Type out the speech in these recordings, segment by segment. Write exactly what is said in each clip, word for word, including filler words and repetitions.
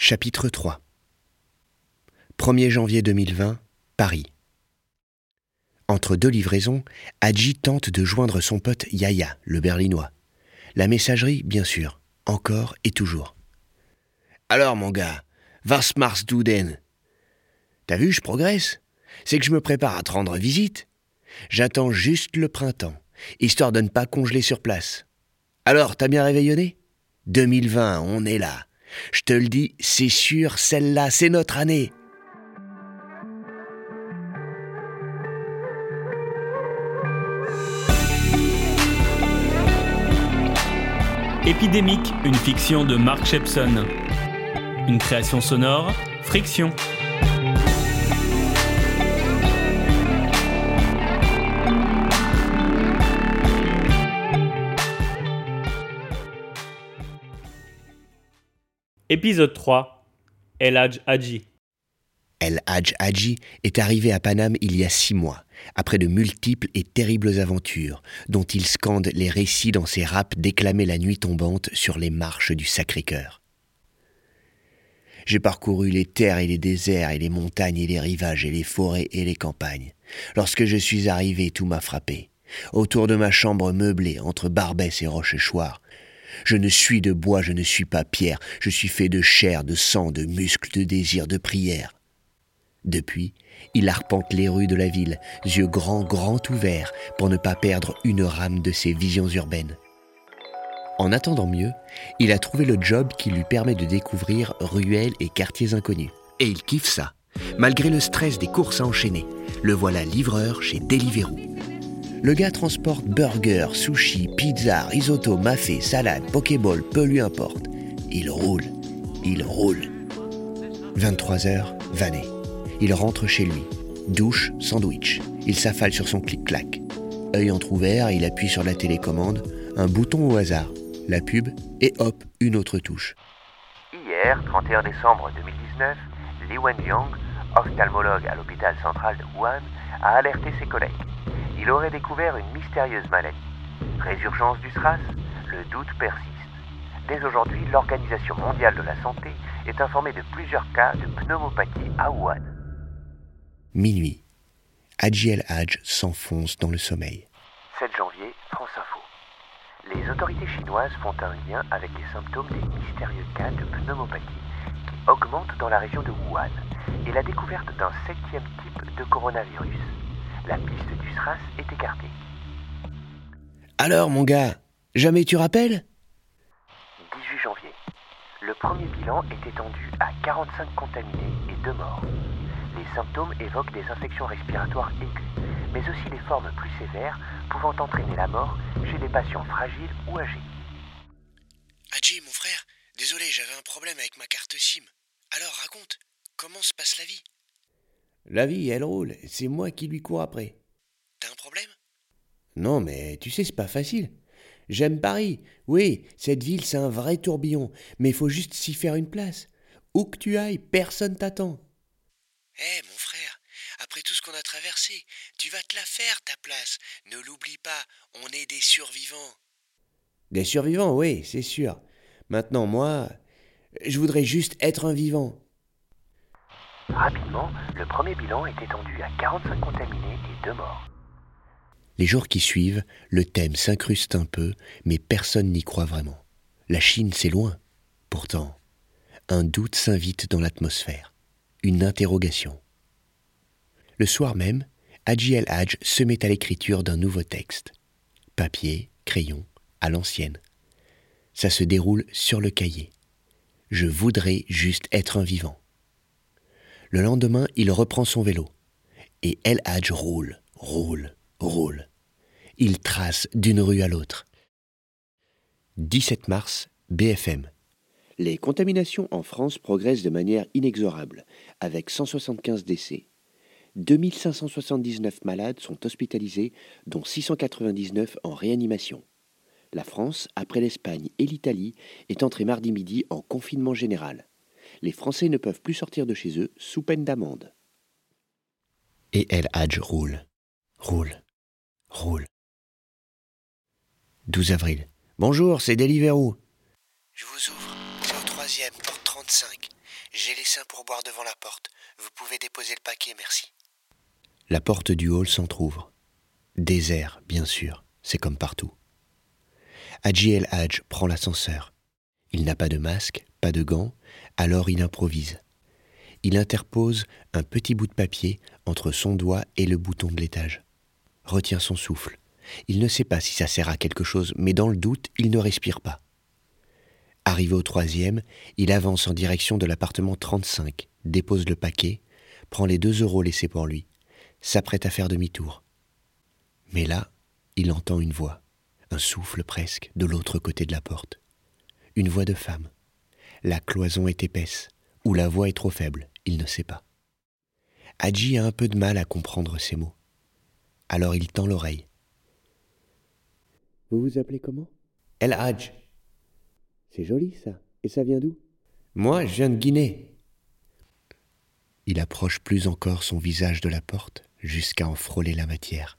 Chapitre trois. premier janvier deux mille vingt, Paris. Entre deux livraisons, Hadji tente de joindre son pote Yaya, le berlinois. La messagerie, bien sûr, encore et toujours. « Alors, mon gars, was machst du denn ? T'as vu, je progresse. C'est que je me prépare à te rendre visite. J'attends juste le printemps, histoire de ne pas congeler sur place. Alors, t'as bien réveillonné ? deux mille vingt, on est là. Je te le dis, c'est sûr, celle-là, c'est notre année. » Épidémique, une fiction de Mark Shepson. Une création sonore, Friction. Épisode trois. El Hadj Hadji. El Hadj Hadji est arrivé à Paname il y a six mois, après de multiples et terribles aventures, dont il scande les récits dans ses raps déclamés la nuit tombante sur les marches du Sacré-Cœur. J'ai parcouru les terres et les déserts et les montagnes et les rivages et les forêts et les campagnes. Lorsque je suis arrivé, tout m'a frappé. Autour de ma chambre meublée, entre Barbès et Rochechouart, je ne suis de bois, je ne suis pas pierre, je suis fait de chair, de sang, de muscles, de désir, de prière. Depuis, il arpente les rues de la ville, yeux grands, grands ouverts, pour ne pas perdre une rame de ses visions urbaines. En attendant mieux, il a trouvé le job qui lui permet de découvrir ruelles et quartiers inconnus. Et il kiffe ça, malgré le stress des courses à enchaîner. Le voilà livreur chez Deliveroo. Le gars transporte burgers, sushis, pizza, risotto, mafé, salade, pokéball, peu lui importe. Il roule, il roule. vingt-trois heures, vanné. Il rentre chez lui. Douche, sandwich. Il s'affale sur son clic-clac. Œil entrouvert, il appuie sur la télécommande. Un bouton au hasard. La pub, et hop, une autre touche. Hier, trente et un décembre deux mille dix-neuf, Li Wenliang, ophtalmologue à l'hôpital central de Wuhan, a alerté ses collègues. Il aurait découvert une mystérieuse maladie. Résurgence du SRAS, le doute persiste. Dès aujourd'hui, l'Organisation mondiale de la santé est informée de plusieurs cas de pneumopathie à Wuhan. Minuit. Hadji El Hadj s'enfonce dans le sommeil. sept janvier, France Info. Les autorités chinoises font un lien avec les symptômes des mystérieux cas de pneumopathie qui augmentent dans la région de Wuhan et la découverte d'un septième type de coronavirus. La piste du SRAS est écartée. Alors, mon gars, jamais tu rappelles ? dix-huit janvier. Le premier bilan est étendu à quarante-cinq contaminés et deux morts. Les symptômes évoquent des infections respiratoires aiguës, mais aussi les formes plus sévères pouvant entraîner la mort chez des patients fragiles ou âgés. Hadji, mon frère, désolé, j'avais un problème avec ma carte SIM. Alors, raconte, comment se passe la vie ? La vie, elle roule, c'est moi qui lui cours après. T'as un problème ? Non, mais tu sais, c'est pas facile. J'aime Paris, oui, cette ville, c'est un vrai tourbillon, mais il faut juste s'y faire une place. Où que tu ailles, personne t'attend. Eh, hey, mon frère, après tout ce qu'on a traversé, tu vas te la faire, ta place. Ne l'oublie pas, on est des survivants. Des survivants, oui, c'est sûr. Maintenant, moi, je voudrais juste être un vivant. Rapidement, le premier bilan est étendu à quarante-cinq contaminés et deux morts. Les jours qui suivent, le thème s'incruste un peu, mais personne n'y croit vraiment. La Chine, c'est loin. Pourtant, un doute s'invite dans l'atmosphère. Une interrogation. Le soir même, Hadji El Hadj se met à l'écriture d'un nouveau texte. Papier, crayon, à l'ancienne. Ça se déroule sur le cahier. Je voudrais juste être un vivant. Le lendemain, il reprend son vélo. Et El Hadj roule, roule, roule. Il trace d'une rue à l'autre. dix-sept mars, B F M. Les contaminations en France progressent de manière inexorable, avec cent soixante-quinze décès. deux mille cinq cent soixante-dix-neuf malades sont hospitalisés, dont six cent quatre-vingt-dix-neuf en réanimation. La France, après l'Espagne et l'Italie, est entrée mardi midi en confinement général. Les Français ne peuvent plus sortir de chez eux sous peine d'amende. Et El Hadj roule, roule, roule. douze avril. Bonjour, c'est Deliveroo. Je vous ouvre, c'est au troisième, porte trente-cinq. J'ai laissé un pourboire devant la porte. Vous pouvez déposer le paquet, merci. La porte du hall s'entr'ouvre. Désert, bien sûr, c'est comme partout. Hadji El Hadj prend l'ascenseur. Il n'a pas de masque, pas de gants, alors il improvise. Il interpose un petit bout de papier entre son doigt et le bouton de l'étage. Retient son souffle. Il ne sait pas si ça sert à quelque chose, mais dans le doute, il ne respire pas. Arrivé au troisième, il avance en direction de l'appartement trente-cinq, dépose le paquet, prend les deux euros laissés pour lui, s'apprête à faire demi-tour. Mais là, il entend une voix, un souffle presque, de l'autre côté de la porte. Une voix de femme. La cloison est épaisse, ou la voix est trop faible, il ne sait pas. Hadji a un peu de mal à comprendre ces mots. Alors il tend l'oreille. Vous vous appelez comment? El Hadj. C'est joli ça. Et ça vient d'où? Moi, je viens de Guinée. Il approche plus encore son visage de la porte, jusqu'à en frôler la matière.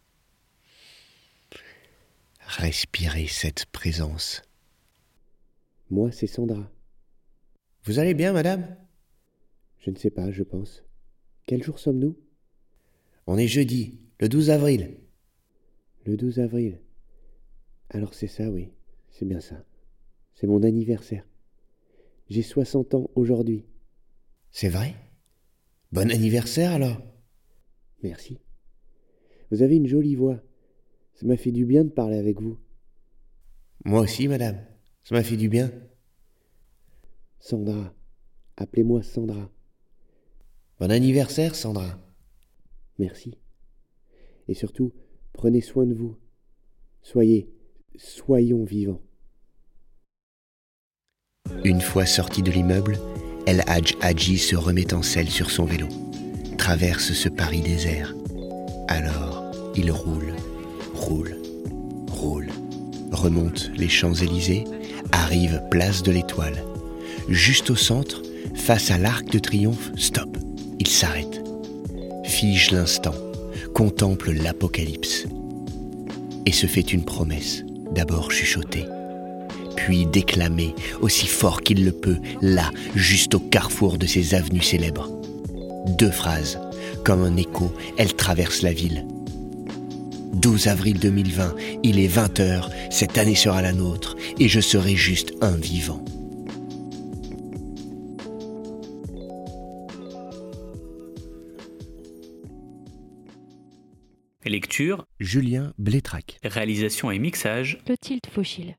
Respirez cette présence. Moi, c'est Sandra. Vous allez bien, madame? Je ne sais pas, je pense. Quel jour sommes-nous? On est jeudi, le douze avril. Le douze avril. Alors c'est ça, oui. C'est bien ça. C'est mon anniversaire. J'ai soixante ans aujourd'hui. C'est vrai? Bon anniversaire alors. Merci. Vous avez une jolie voix. Ça m'a fait du bien de parler avec vous. Moi aussi, madame. Ça m'a fait du bien. Sandra. Appelez-moi Sandra. Bon anniversaire, Sandra. Merci. Et surtout, prenez soin de vous. Soyez, soyons vivants. Une fois sorti de l'immeuble, El Hadj Hadji se remet en selle sur son vélo, traverse ce Paris désert. Alors, il roule, roule, roule, remonte les Champs-Élysées, arrive place de l'Étoile. Juste au centre, face à l'Arc de Triomphe, stop, il s'arrête. Fige l'instant, contemple l'apocalypse. Et se fait une promesse, d'abord chuchotée, puis déclamée aussi fort qu'il le peut, là, juste au carrefour de ces avenues célèbres. Deux phrases, comme un écho, elles traversent la ville. douze avril deux mille vingt, il est vingt heures, cette année sera la nôtre, et je serai juste un vivant. Lecture Julien Blétrac. Réalisation et mixage Clotilde Fauchil.